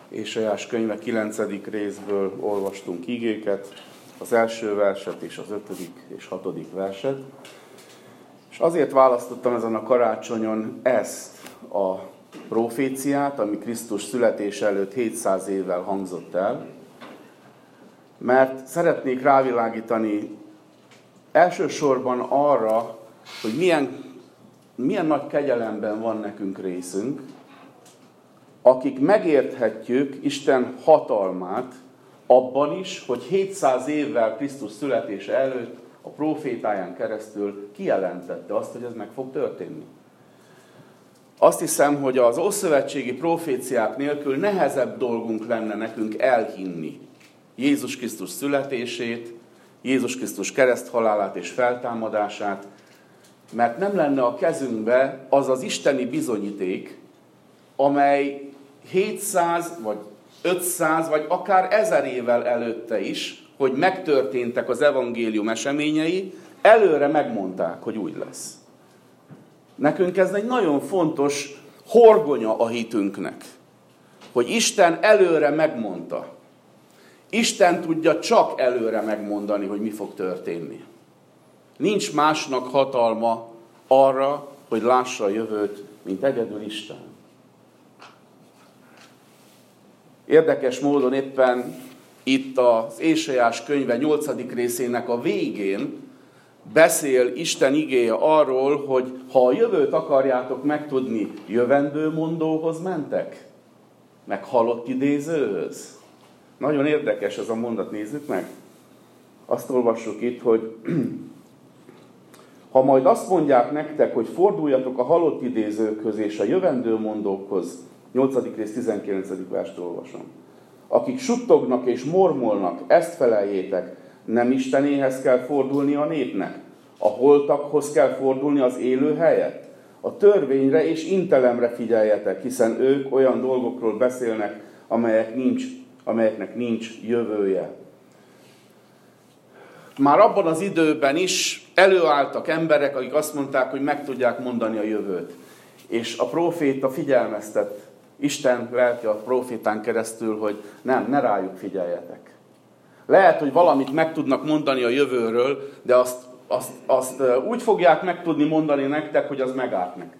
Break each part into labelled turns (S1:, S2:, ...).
S1: Ézsaiás könyve 9. részből olvastunk igéket, az első verset és az 5. és 6. verset. És azért választottam ezen a karácsonyon ezt a proféciát, ami Krisztus születése előtt 700 évvel hangzott el, mert szeretnék rávilágítani elsősorban arra, hogy milyen nagy kegyelemben van nekünk részünk, akik megérthetjük Isten hatalmát abban is, hogy 700 évvel Krisztus születése előtt a profétáján keresztül kijelentette azt, hogy ez meg fog történni. Azt hiszem, hogy az ószövetségi proféciák nélkül nehezebb dolgunk lenne nekünk elhinni Jézus Krisztus születését, Jézus Krisztus kereszthalálát és feltámadását, mert nem lenne a kezünkbe az az isteni bizonyíték, amely 700 vagy 500 vagy akár 1000 évvel előtte is, hogy megtörténtek az evangélium eseményei, előre megmondták, hogy úgy lesz. Nekünk ez egy nagyon fontos horgonya a hitünknek, hogy Isten előre megmondta. Isten tudja csak előre megmondani, hogy mi fog történni. Nincs másnak hatalma arra, hogy lássa a jövőt, mint egyedül Isten. Érdekes módon éppen itt az Ézsaiás könyve 8. részének a végén beszél Isten igéje arról, hogy ha a jövőt akarjátok megtudni, jövendőmondóhoz mentek? Meg halott idézőhöz? Nagyon érdekes ez a mondat, nézzük meg. Azt olvassuk itt, hogy ha majd azt mondják nektek, hogy forduljatok a halott idézőkhöz és a jövendőmondókhoz, 8. rész 19. verst olvasom. Akik suttognak és mormolnak, ezt feleljétek, nem Istenéhez kell fordulni a népnek, a holtakhoz kell fordulni az élő helyett. A törvényre és intelemre figyeljetek, hiszen ők olyan dolgokról beszélnek, amelyeknek nincs jövője. Már abban az időben is előálltak emberek, akik azt mondták, hogy meg tudják mondani a jövőt. És a próféta figyelmeztet, Isten lelke a prófétán keresztül, hogy ne rájuk figyeljetek. Lehet, hogy valamit meg tudnak mondani a jövőről, de azt úgy fogják meg tudni mondani nektek, hogy az megárt nektek.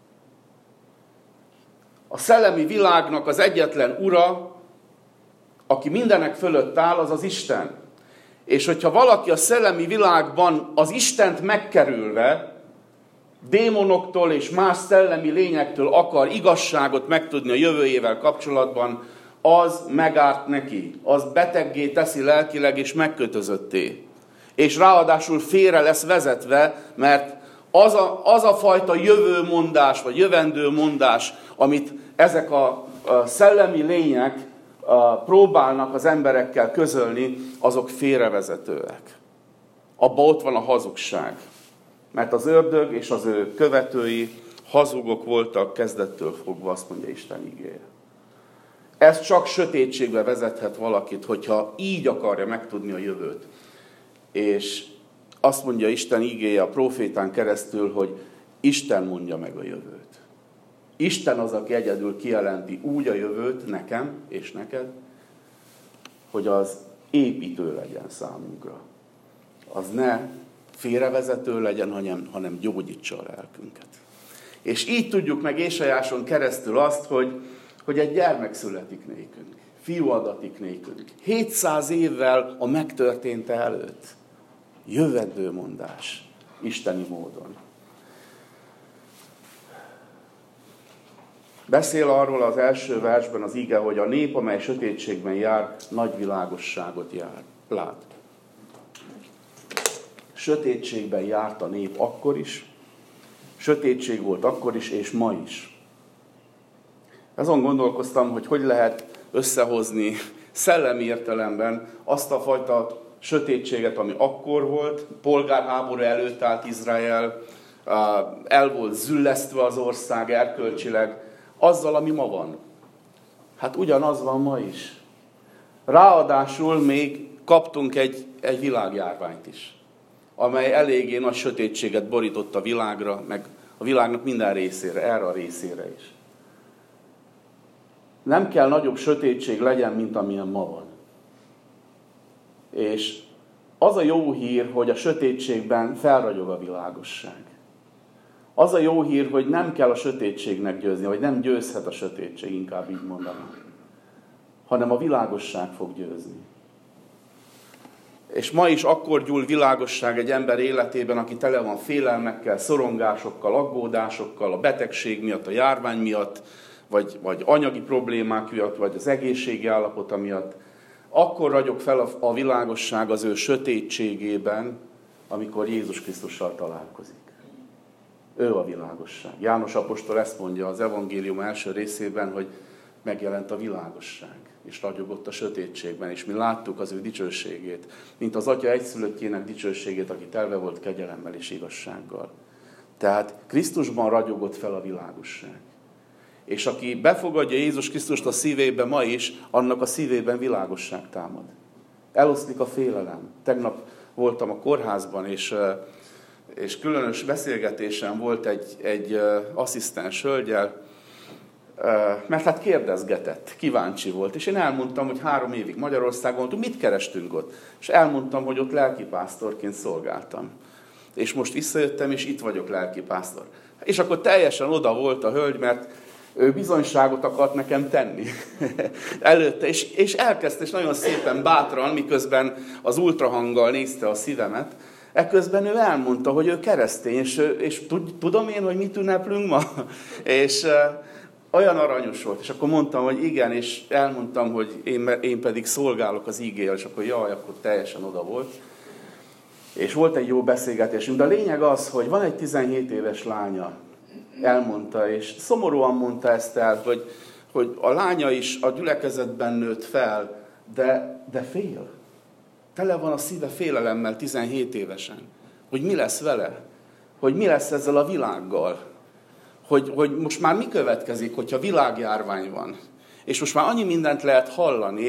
S1: A szellemi világnak az egyetlen ura, aki mindenek fölött áll, az az Isten. És hogyha valaki a szellemi világban az Istent megkerülve, démonoktól és más szellemi lényektől akar igazságot megtudni a jövőjével kapcsolatban, az megárt neki, az beteggé teszi lelkileg és megkötözötté. És ráadásul félre lesz vezetve, mert az a fajta jövőmondás, vagy jövendőmondás, amit ezek a szellemi lények próbálnak az emberekkel közölni, azok félrevezetőek. Abba ott van a hazugság. Mert az ördög és az ő követői hazugok voltak kezdettől fogva, azt mondja Isten igéje. Ez csak sötétségbe vezethet valakit, hogyha így akarja megtudni a jövőt. És azt mondja Isten igéje a prófétán keresztül, hogy Isten mondja meg a jövőt. Isten az, aki egyedül kijelenti úgy a jövőt nekem és neked, hogy az építő legyen számunkra. Az ne félrevezető legyen, hanem gyógyítsa a lelkünket. És így tudjuk meg Ézsaiáson keresztül azt, hogy egy gyermek születik nékünk. Fiú adatik nékünk. 700 évvel a megtörténte előtt. Jövendőmondás isteni módon. Beszél arról az első versben az ige, hogy a nép, amely sötétségben jár, nagy világosságot lát. Sötétségben járt a nép akkor is, sötétség volt akkor is, és ma is. Azon gondolkoztam, hogy lehet összehozni szellemi értelemben azt a fajta sötétséget, ami akkor volt, polgárháború előtt állt Izrael, el volt züllesztve az ország erkölcsileg, azzal, ami ma van. Hát ugyanaz van ma is. Ráadásul még kaptunk egy világjárványt is, amely eléggé nagy sötétséget borított a világra, meg a világnak minden részére, erre a részére is. nem kell nagyobb sötétség legyen, mint amilyen ma van. És az a jó hír, hogy a sötétségben felragyog a világosság. Az a jó hír, hogy nem kell a sötétségnek győzni, vagy nem győzhet a sötétség, inkább így mondanám, hanem a világosság fog győzni. És ma is akkor gyúl világosság egy ember életében, aki tele van félelmekkel, szorongásokkal, aggódásokkal, a betegség miatt, a járvány miatt, vagy anyagi problémák miatt, vagy az egészségi állapota miatt. Akkor ragyog fel a világosság az ő sötétségében, amikor Jézus Krisztussal találkozik. Ő a világosság. János apostol ezt mondja az evangélium első részében, hogy megjelent a világosság, és ragyogott a sötétségben, és mi láttuk az ő dicsőségét, mint az Atya egyszülöttjének dicsőségét, aki telve volt kegyelemmel és igazsággal. Tehát Krisztusban ragyogott fel a világosság. És aki befogadja Jézus Krisztust a szívébe ma is, annak a szívében világosság támad. Eloszlik a félelem. Tegnap voltam a kórházban, és különös beszélgetésem volt egy asszisztens hölgyel, mert hát kérdezgetett, kíváncsi volt, és én elmondtam, hogy 3 évig Magyarországon voltunk, mit kerestünk ott? És elmondtam, hogy ott lelkipásztorként szolgáltam. És most visszajöttem, és itt vagyok lelkipásztor. És akkor teljesen oda volt a hölgy, mert ő bizonyságot akart nekem tenni előtte, és elkezdte, és nagyon szépen bátran, miközben az ultrahanggal nézte a szívemet, ekközben ő elmondta, hogy ő keresztény, és tudom én, hogy mit ünneplünk ma? És olyan aranyos volt, és akkor mondtam, hogy igen, és elmondtam, hogy én pedig szolgálok az ígéjel, és akkor jaj, akkor teljesen oda volt. És volt egy jó beszélgetésünk, de a lényeg az, hogy van egy 17 éves lánya, elmondta, és szomorúan mondta ezt el, hogy a lánya is a gyülekezetben nőtt fel, de fél. Tele van a szíve félelemmel 17 évesen. Hogy mi lesz vele? Hogy mi lesz ezzel a világgal? Hogy most már mi következik, hogyha világjárvány van? És most már annyi mindent lehet hallani,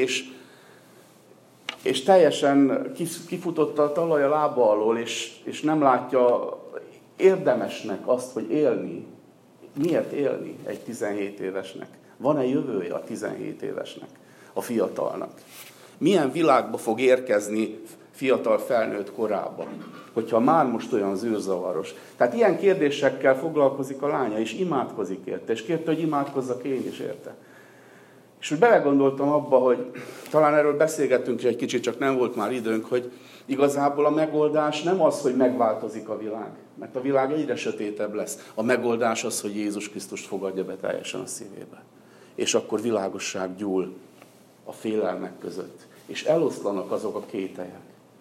S1: és teljesen kifutott a talaj a lába alól, és nem látja érdemesnek azt, hogy élni. Miért élni egy 17 évesnek? Van-e jövője a 17 évesnek, a fiatalnak? Milyen világba fog érkezni fiatal felnőtt korában, hogyha már most olyan zűrzavaros? Tehát ilyen kérdésekkel foglalkozik a lánya, és imádkozik érte, és kérte, hogy imádkozzak én is érte. És úgy belegondoltam abba, hogy talán erről beszélgettünk egy kicsit, csak nem volt már időnk, hogy igazából a megoldás nem az, hogy megváltozik a világ, mert a világ egyre sötétebb lesz. A megoldás az, hogy Jézus Krisztust fogadja be teljesen a szívébe. És akkor világosság gyúl a félelmek között. És eloszlanak azok a kételyek.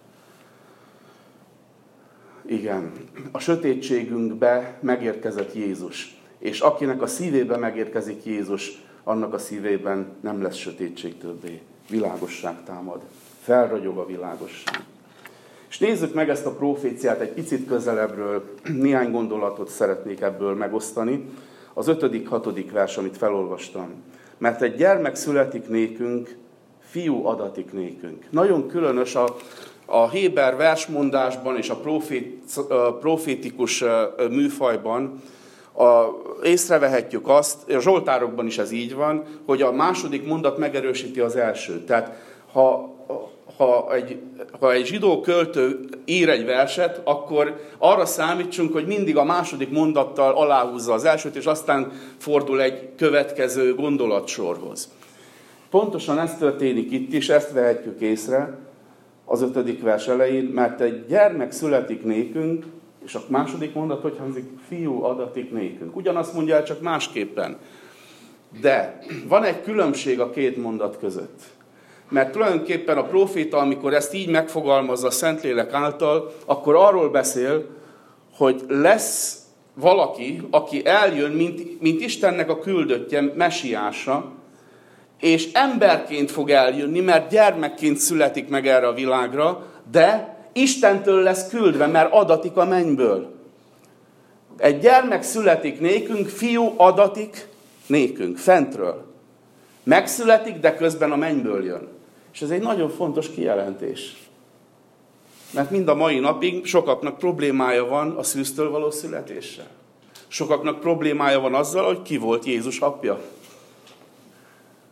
S1: Igen, a sötétségünkbe megérkezett Jézus. És akinek a szívébe megérkezik Jézus, annak a szívében nem lesz sötétség többé. Világosság támad. Felragyog a világosság. És nézzük meg ezt a proféciát egy picit közelebbről. Néhány gondolatot szeretnék ebből megosztani. Az 5.-6. vers, amit felolvastam. Mert egy gyermek születik nékünk, fiú adatik nékünk. Nagyon különös a héber versmondásban és a profétikus műfajban észrevehetjük azt, a Zsoltárokban is ez így van, hogy a második mondat megerősíti az elsőt. Tehát ha egy zsidó költő ír egy verset, akkor arra számítsunk, hogy mindig a második mondattal aláhúzza az elsőt, és aztán fordul egy következő gondolatsorhoz. Pontosan ez történik itt is, ezt vehetjük észre az 5. vers elején, mert egy gyermek születik nékünk, és a második mondat, hogy hangzik, fiú adatik nékünk. Ugyanazt mondja el, csak másképpen. De van egy különbség a két mondat között. Mert tulajdonképpen a próféta, amikor ezt így megfogalmazza a Szentlélek által, akkor arról beszél, hogy lesz valaki, aki eljön, mint Istennek a küldöttje, mesiása, és emberként fog eljönni, mert gyermekként születik meg erre a világra, de Istentől lesz küldve, mert adatik a mennyből. Egy gyermek születik nékünk, fiú adatik nékünk, fentről. Megszületik, de közben a mennyből jön. És ez egy nagyon fontos kijelentés. Mert mind a mai napig sokaknak problémája van a szűztől való születéssel. Sokaknak problémája van azzal, hogy ki volt Jézus apja.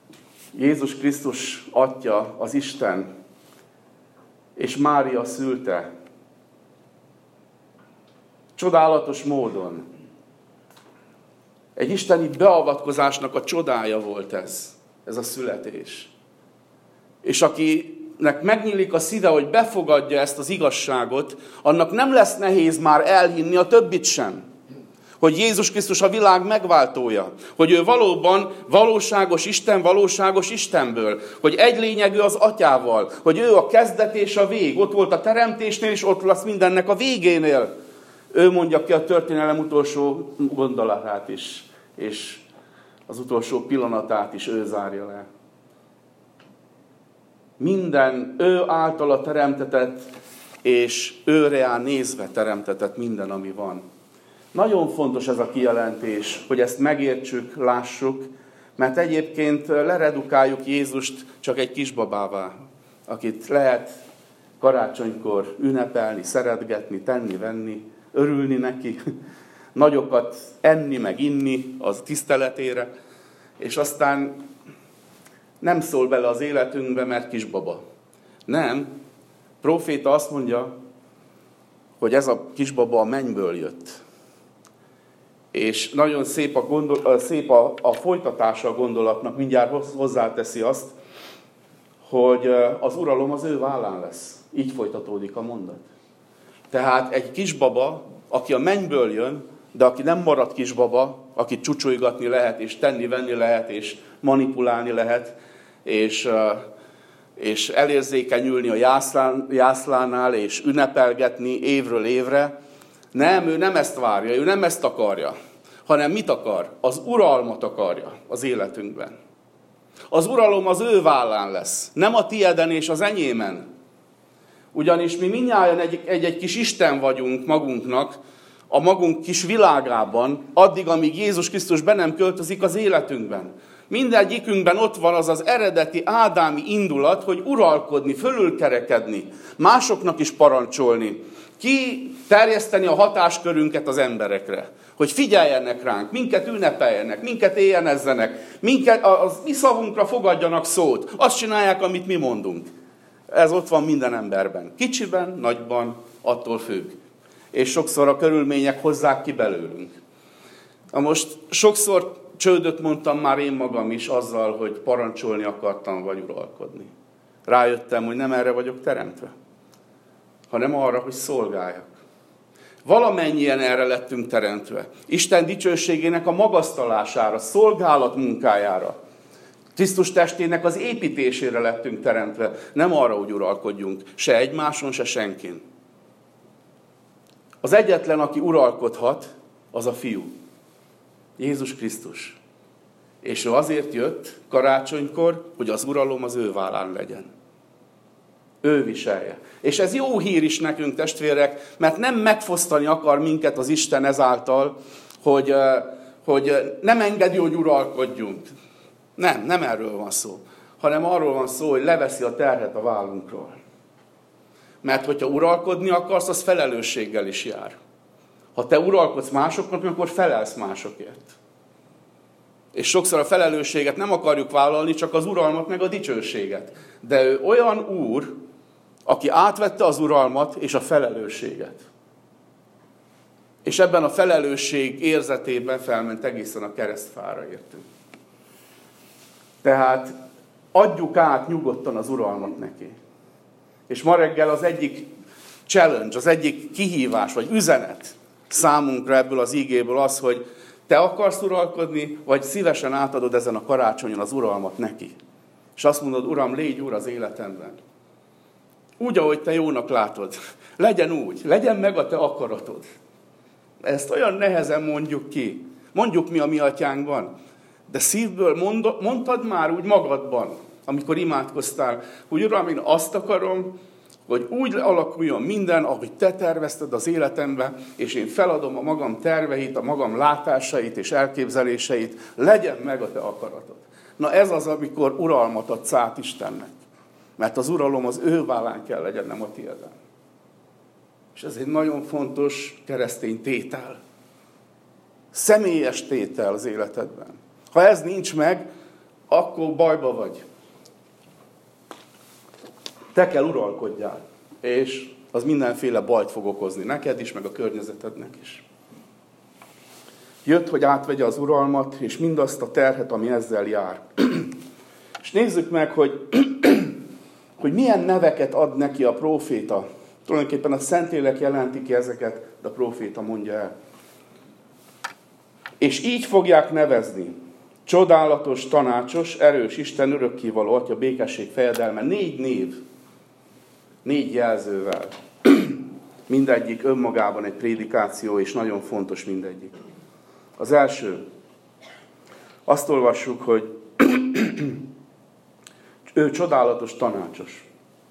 S1: Jézus Krisztus Atya, az Isten, és Mária szülte. Csodálatos módon. Egy isteni beavatkozásnak a csodája volt ez a születés. És akinek megnyílik a szíve, hogy befogadja ezt az igazságot, annak nem lesz nehéz már elhinni a többit sem. Hogy Jézus Krisztus a világ megváltója. Hogy ő valóban valóságos Isten, valóságos Istenből. Hogy egy lényegű az Atyával. Hogy ő a kezdet és a vég. Ott volt a teremtésnél, és ott lesz mindennek a végénél. Ő mondja ki a történelem utolsó gondolatát is. És az utolsó pillanatát is ő zárja le. Minden ő általa teremtetett, és őre nézve teremtetett minden, ami van. Nagyon fontos ez a kijelentés, hogy ezt megértsük, lássuk, mert egyébként leredukáljuk Jézust csak egy kisbabává, akit lehet karácsonykor ünnepelni, szeretgetni, tenni, venni, örülni neki, nagyokat enni, meg inni az tiszteletére, és aztán nem szól bele az életünkbe, mert kisbaba. Nem. Próféta azt mondja, hogy ez a kisbaba a mennyből jött. És nagyon szép a folytatása a gondolatnak, mindjárt hozzáteszi azt, hogy az uralom az ő vállán lesz. Így folytatódik a mondat. Tehát egy kisbaba, aki a mennyből jön, de aki nem marad kisbaba, akit csúcsolygatni lehet, és tenni-venni lehet, és manipulálni lehet, és elérzékenyülni a jászlánál, és ünnepelgetni évről évre. Nem, ő nem ezt várja, ő nem ezt akarja, hanem mit akar? Az uralmat akarja az életünkben. Az uralom az ő vállán lesz, nem a tieden és az enyémen. Ugyanis mi mindnyájan egy kis Isten vagyunk magunknak, a magunk kis világában, addig, amíg Jézus Krisztus be nem költözik az életünkben. Mindegyikünkben ott van az eredeti ádámi indulat, hogy uralkodni, fölülkerekedni, másoknak is parancsolni, terjeszteni a hatáskörünket az emberekre, hogy figyeljenek ránk, minket ünnepeljenek, minket éjjenezzenek, az mi szavunkra fogadjanak szót, azt csinálják, amit mi mondunk. Ez ott van minden emberben. Kicsiben, nagyban, attól függ. És sokszor a körülmények hozzák ki belőlünk. Na most sokszor csődöt mondtam már én magam is azzal, hogy parancsolni akartam, vagy uralkodni. Rájöttem, hogy nem erre vagyok teremtve, hanem arra, hogy szolgáljak. Valamennyien erre lettünk teremtve. Isten dicsőségének a magasztalására, szolgálat munkájára. Krisztus testének az építésére lettünk teremtve. Nem arra, hogy uralkodjunk, se egymáson, se senkin. Az egyetlen, aki uralkodhat, az a Fiú. Jézus Krisztus. És ő azért jött karácsonykor, hogy az uralom az ő vállán legyen. Ő viselje. És ez jó hír is nekünk, testvérek, mert nem megfosztani akar minket az Isten ezáltal, hogy nem engedi, hogy uralkodjunk. Nem erről van szó. Hanem arról van szó, hogy leveszi a terhet a vállunkról. Mert hogyha uralkodni akarsz, az felelősséggel is jár. Ha te uralkodsz másoknak, akkor felelsz másokért. És sokszor a felelősséget nem akarjuk vállalni, csak az uralmat meg a dicsőséget. De ő olyan úr, aki átvette az uralmat és a felelősséget. És ebben a felelősség érzetében felment egészen a keresztfára, értünk. Tehát adjuk át nyugodtan az uralmat neki. És ma reggel az egyik challenge, az egyik kihívás, vagy üzenet számunkra ebből az ígéből az, hogy te akarsz uralkodni, vagy szívesen átadod ezen a karácsonyon az uralmat neki. És azt mondod, Uram, légy úr az életemben. Úgy, ahogy te jónak látod. Legyen úgy, legyen meg a te akaratod. Ezt olyan nehezen mondjuk ki. Mondjuk mi a mi atyánkban. De szívből mondtad már úgy magadban, amikor imádkoztál, hogy Uram, én azt akarom, hogy úgy alakuljon minden, ahogy te tervezted az életembe, és én feladom a magam terveit, a magam látásait és elképzeléseit, legyen meg a te akaratod. Na ez az, amikor uralmat adsz át Istennek. Mert az uralom az ő vállán kell legyen, nem a tiéden. És ez egy nagyon fontos keresztény tétel. Személyes tétel az életedben. Ha ez nincs meg, akkor bajba vagy. Te kell uralkodjál, és az mindenféle bajt fog okozni neked is, meg a környezetednek is. Jött, hogy átvegye az uralmat, és mindazt a terhet, ami ezzel jár. És nézzük meg, hogy milyen neveket ad neki a próféta. Tulajdonképpen a Szentlélek jelenti ki ezeket, de a próféta mondja el. És így fogják nevezni. Csodálatos, tanácsos, erős Isten, örökkévaló Atya, békesség, fejedelme. 4 név. 4 jelzővel. Mindegyik önmagában egy prédikáció, és nagyon fontos mindegyik. Az első. Azt olvassuk, hogy ő csodálatos, tanácsos.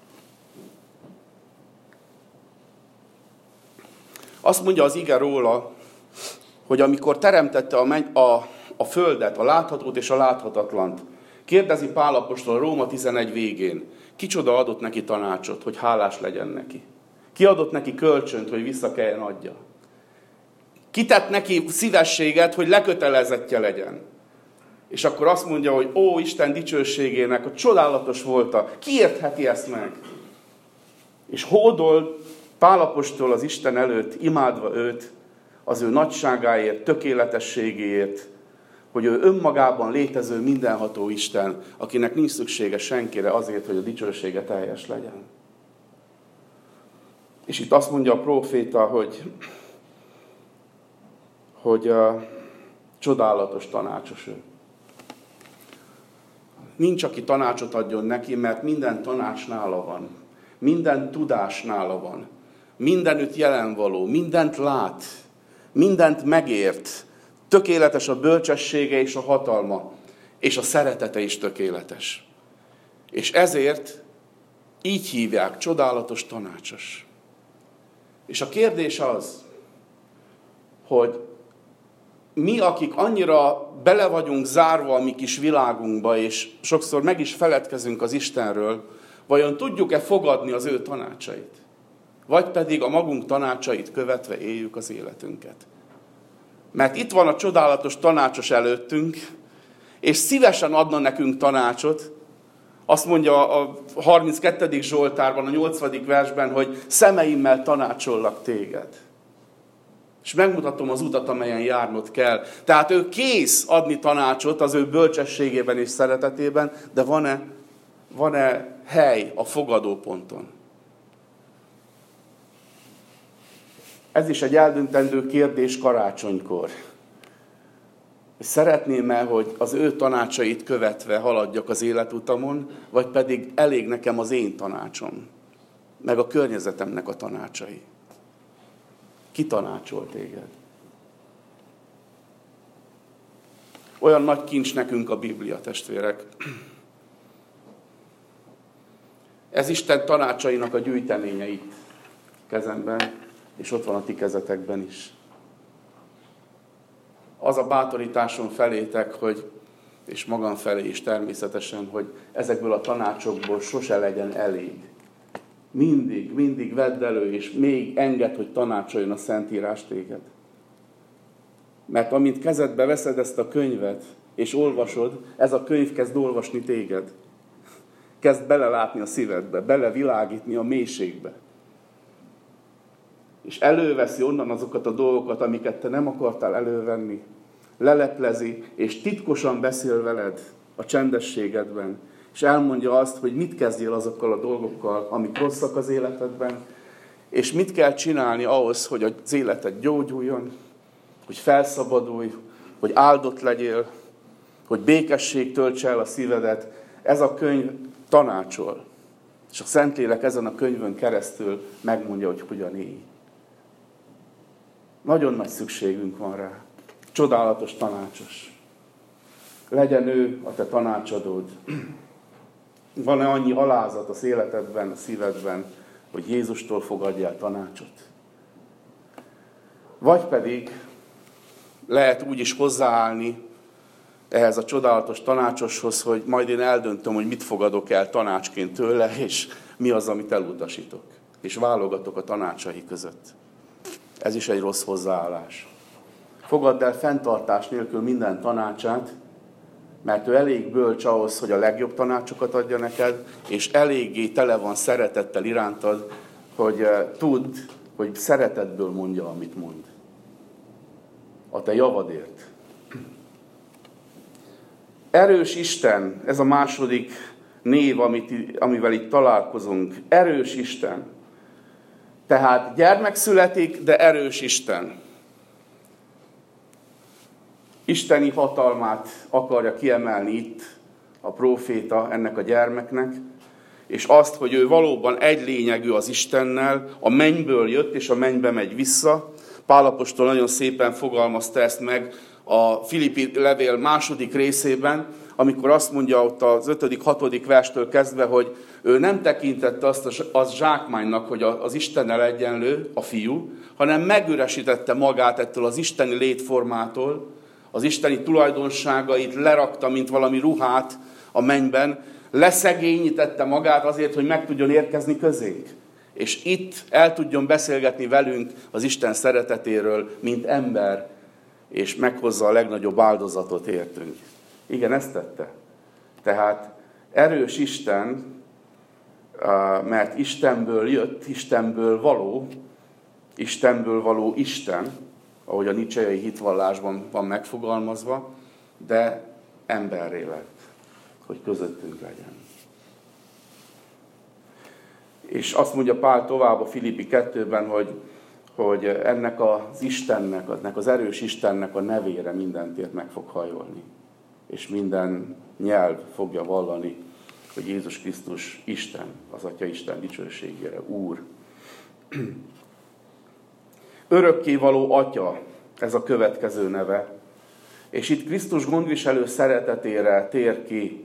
S1: Azt mondja az ige róla, hogy amikor teremtette a földet, a láthatót és a láthatatlant, kérdezi Pál apostol a Róma 11 végén, kicsoda adott neki tanácsot, hogy hálás legyen neki. Ki adott neki kölcsönt, hogy vissza kelljen adja. Ki tett neki szívességet, hogy lekötelezettje legyen. És akkor azt mondja, hogy ó, Isten dicsőségének, a csodálatos volt ki értheti ezt meg? És hódol Pál apostol az Isten előtt, imádva őt, az ő nagyságáért, tökéletességéért, hogy ő önmagában létező mindenható Isten, akinek nincs szüksége senkire azért, hogy a dicsősége teljes legyen. És itt azt mondja a próféta, hogy csodálatos, tanácsos ő. Nincs, aki tanácsot adjon neki, mert minden tanács nála van. Minden tudás nála van. Mindenütt jelenvaló, mindent lát, mindent megért. Tökéletes a bölcsessége és a hatalma, és a szeretete is tökéletes. És ezért így hívják, csodálatos, tanácsos. És a kérdés az, hogy mi, akik annyira bele vagyunk zárva a mi kis világunkba, és sokszor meg is feledkezünk az Istenről, vajon tudjuk-e fogadni az ő tanácsait? Vagy pedig a magunk tanácsait követve éljük az életünket? Mert itt van a csodálatos tanácsos előttünk, és szívesen adna nekünk tanácsot. Azt mondja a 32. Zsoltárban, a 8. versben, hogy szemeimmel tanácsollak téged. És megmutatom az utat, amelyen járnod kell. Tehát ő kész adni tanácsot az ő bölcsességében és szeretetében, de van-e hely a fogadóponton? Ez is egy eldöntendő kérdés karácsonykor. Szeretném-e, hogy az ő tanácsait követve haladjak az életutamon, vagy pedig elég nekem az én tanácsom, meg a környezetemnek a tanácsai? Ki tanácsol téged? Olyan nagy kincs nekünk a Biblia, testvérek. Ez Isten tanácsainak a gyűjteménye itt kezemben, és ott van a ti kezetekben is. Az a bátorításom felétek, és magam felé is természetesen, hogy ezekből a tanácsokból sose legyen elég. Mindig vedd elő, és még engedd, hogy tanácsoljon a Szentírás téged. Mert amint kezedbe veszed ezt a könyvet, és olvasod, ez a könyv kezd olvasni téged. Kezd belelátni a szívedbe, belevilágítni a mélységbe. És előveszi onnan azokat a dolgokat, amiket te nem akartál elővenni. Leleplezi, és titkosan beszél veled a csendességedben. És elmondja azt, hogy mit kezdjél azokkal a dolgokkal, amik rosszak az életedben, és mit kell csinálni ahhoz, hogy az életed gyógyuljon, hogy felszabadulj, hogy áldott legyél, hogy békesség töltse el a szívedet. Ez a könyv tanácsol. És a Szentlélek ezen a könyvön keresztül megmondja, hogy hogyan élj. Nagyon nagy szükségünk van rá. Csodálatos tanácsos. Legyen ő a te tanácsadód. Van-e annyi alázat az életedben, a szívedben, hogy Jézustól fogadjál tanácsot? Vagy pedig lehet úgy is hozzáállni ehhez a csodálatos tanácsoshoz, hogy majd én eldöntöm, hogy mit fogadok el tanácsként tőle, és mi az, amit elutasítok. És válogatok a tanácsai között. Ez is egy rossz hozzáállás. Fogadd el fenntartás nélkül minden tanácsát, Mert ő elég bölcs ahhoz, hogy a legjobb tanácsokat adja neked, és eléggé tele van szeretettel irántad, hogy tudd, hogy szeretetből mondja, amit mond. A te javadért. Erős Isten, ez a második név, amivel itt találkozunk. Erős Isten. Tehát gyermek születik, de erős Isten. Isteni hatalmát akarja kiemelni itt a próféta ennek a gyermeknek, és azt, hogy ő valóban egy lényegű az Istennel, a mennyből jött, és a mennybe megy vissza. Pál apostol nagyon szépen fogalmazta ezt meg a Filippi levél második részében, amikor azt mondja ott az 5.-6. verstől kezdve, hogy ő nem tekintette azt zsákmánynak, hogy az Istennel egyenlő, a fiú, hanem megüresítette magát ettől az isteni létformától, az isteni tulajdonságait lerakta, mint valami ruhát a mennyben, leszegényítette magát azért, hogy meg tudjon érkezni közénk. És itt el tudjon beszélgetni velünk az Isten szeretetéről, mint ember, és meghozza a legnagyobb áldozatot értünk. Igen, ezt tette. Tehát erős Isten, mert Istenből jött, Istenből való Isten, ahogy a niceai hitvallásban van megfogalmazva, de emberré lett, hogy közöttünk legyen. És azt mondja Pál tovább a Filippi 2-ben, hogy ennek az Istennek, ennek az erős Istennek a nevére mindentért meg fog hajolni. És minden nyelv fogja vallani, hogy Jézus Krisztus Isten, az Atya Isten dicsőségére, Úr. Örökkévaló Atya, ez a következő neve. És itt Krisztus gondviselő szeretetére tér ki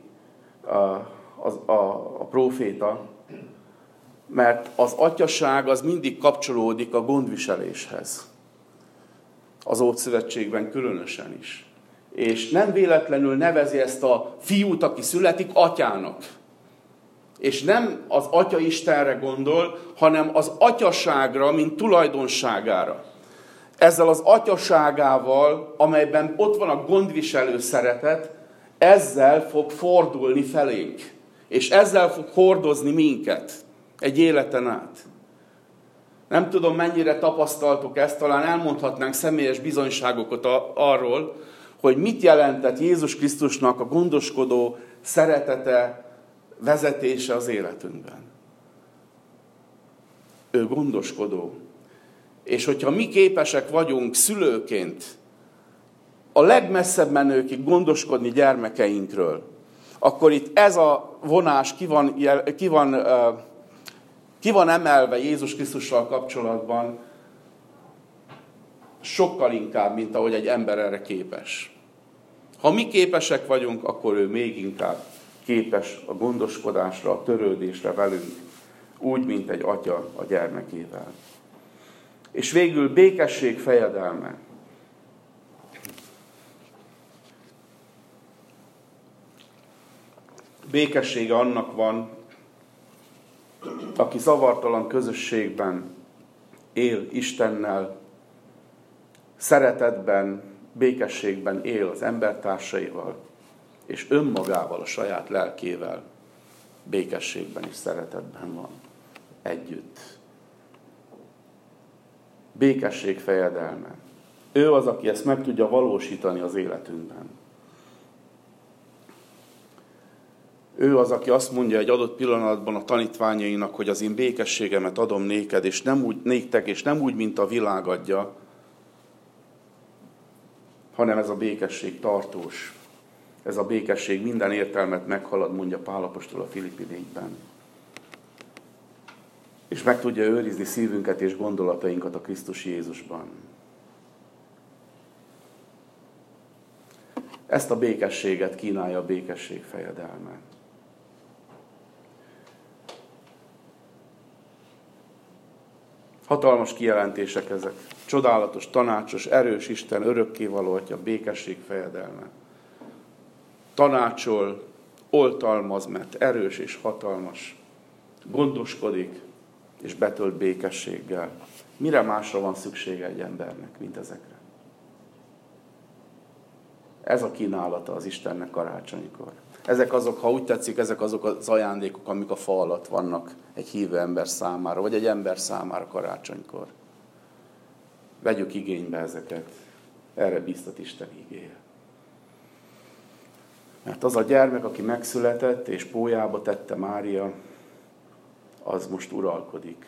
S1: a próféta, mert az atyaság az mindig kapcsolódik a gondviseléshez. Az Ószövetségben különösen is. És nem véletlenül nevezi ezt a fiút, aki születik, atyának. És nem az Atya Istenre gondol, hanem az atyaságra, mint tulajdonságára. Ezzel az atyaságával, amelyben ott van a gondviselő szeretet, ezzel fog fordulni felénk. És ezzel fog hordozni minket egy életen át. Nem tudom, mennyire tapasztaltuk ezt, talán elmondhatnánk személyes bizonyságokat arról, hogy mit jelentett Jézus Krisztusnak a gondoskodó szeretete, vezetése az életünkben. Ő gondoskodó. És hogyha mi képesek vagyunk szülőként a legmesszebb menőkig gondoskodni gyermekeinkről, akkor itt ez a vonás ki van emelve Jézus Krisztussal kapcsolatban sokkal inkább, mint ahogy egy ember erre képes. Ha mi képesek vagyunk, akkor ő még inkább képes a gondoskodásra, a törődésre velünk, úgy, mint egy atya a gyermekével. És végül békesség fejedelme. Békessége annak van, aki zavartalan közösségben él Istennel, szeretetben, békességben él az embertársaival, és önmagával, a saját lelkével békességben és szeretetben van együtt. Békesség fejedelme. Ő az, aki ezt meg tudja valósítani az életünkben. Ő az, aki azt mondja egy adott pillanatban a tanítványainak, hogy az én békességemet adom néked, és nem úgy, néktek, és nem úgy, mint a világ adja, hanem ez a békesség tartós. Ez a békesség minden értelmet meghalad, mondja Pál apostol a Filippi 4-ben. És meg tudja őrizni szívünket és gondolatainkat a Krisztus Jézusban. Ezt a békességet kínálja a békesség fejedelme. Hatalmas kijelentések ezek. Csodálatos, tanácsos, erős Isten, örökkévaló Atya, békesség fejedelme. Tanácsol, oltalmaz, mert erős és hatalmas. Gondoskodik, és betölt békességgel. Mire másra van szüksége egy embernek, mint ezekre? Ez a kínálata az Istennek karácsonykor. Ezek azok, ha úgy tetszik, ezek azok az ajándékok, amik a fa alatt vannak egy hívő ember számára, vagy egy ember számára karácsonykor. Vegyük igénybe ezeket. Erre bíztat Isten igéje. Mert az a gyermek, aki megszületett és pólyába tette Mária, az most uralkodik.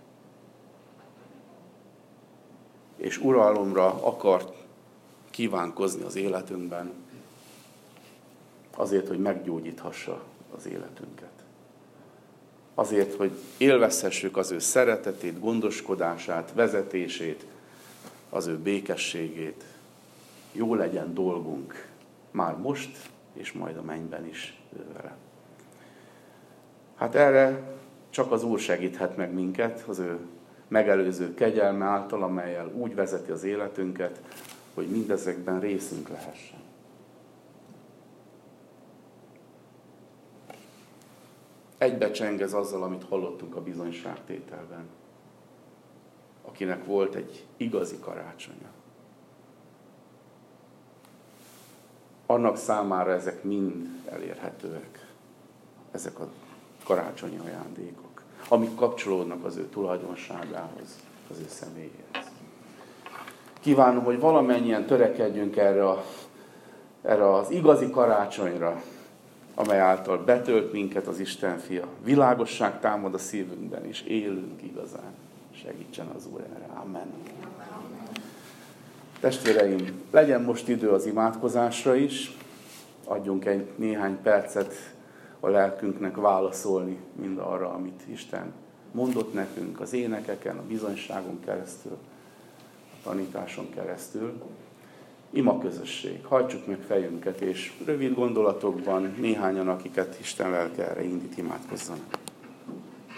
S1: És uralomra akart kívánkozni az életünkben, azért, hogy meggyógyíthassa az életünket. Azért, hogy élvezhessük az ő szeretetét, gondoskodását, vezetését, az ő békességét. Jó legyen dolgunk már most, és majd a mennyben is vele. Hát erre csak az Úr segíthet meg minket, az ő megelőző kegyelme által, amellyel úgy vezeti az életünket, hogy mindezekben részünk lehessen. Egybecseng ez azzal, amit hallottunk a bizonyságtételben. Akinek volt egy igazi karácsonya. Annak számára ezek mind elérhetőek. Ezek a karácsonyi ajándékok, amik kapcsolódnak az ő tulajdonságához, az ő személyéhez. Kívánom, hogy valamennyien törekedjünk erre az igazi karácsonyra, amely által betölt minket az Isten fia. Világosság támad a szívünkben, és élünk igazán. Segítsen az Úr erre. Amen. Testvéreim, legyen most idő az imádkozásra is. Adjunk egy néhány percet a lelkünknek válaszolni mindarra, amit Isten mondott nekünk az énekeken, a bizonyságon keresztül, a tanításon keresztül. Ima közösség, hajtsuk meg fejünket, és rövid gondolatokban néhányan, akiket Isten lelke erre indít, imádkozzanak.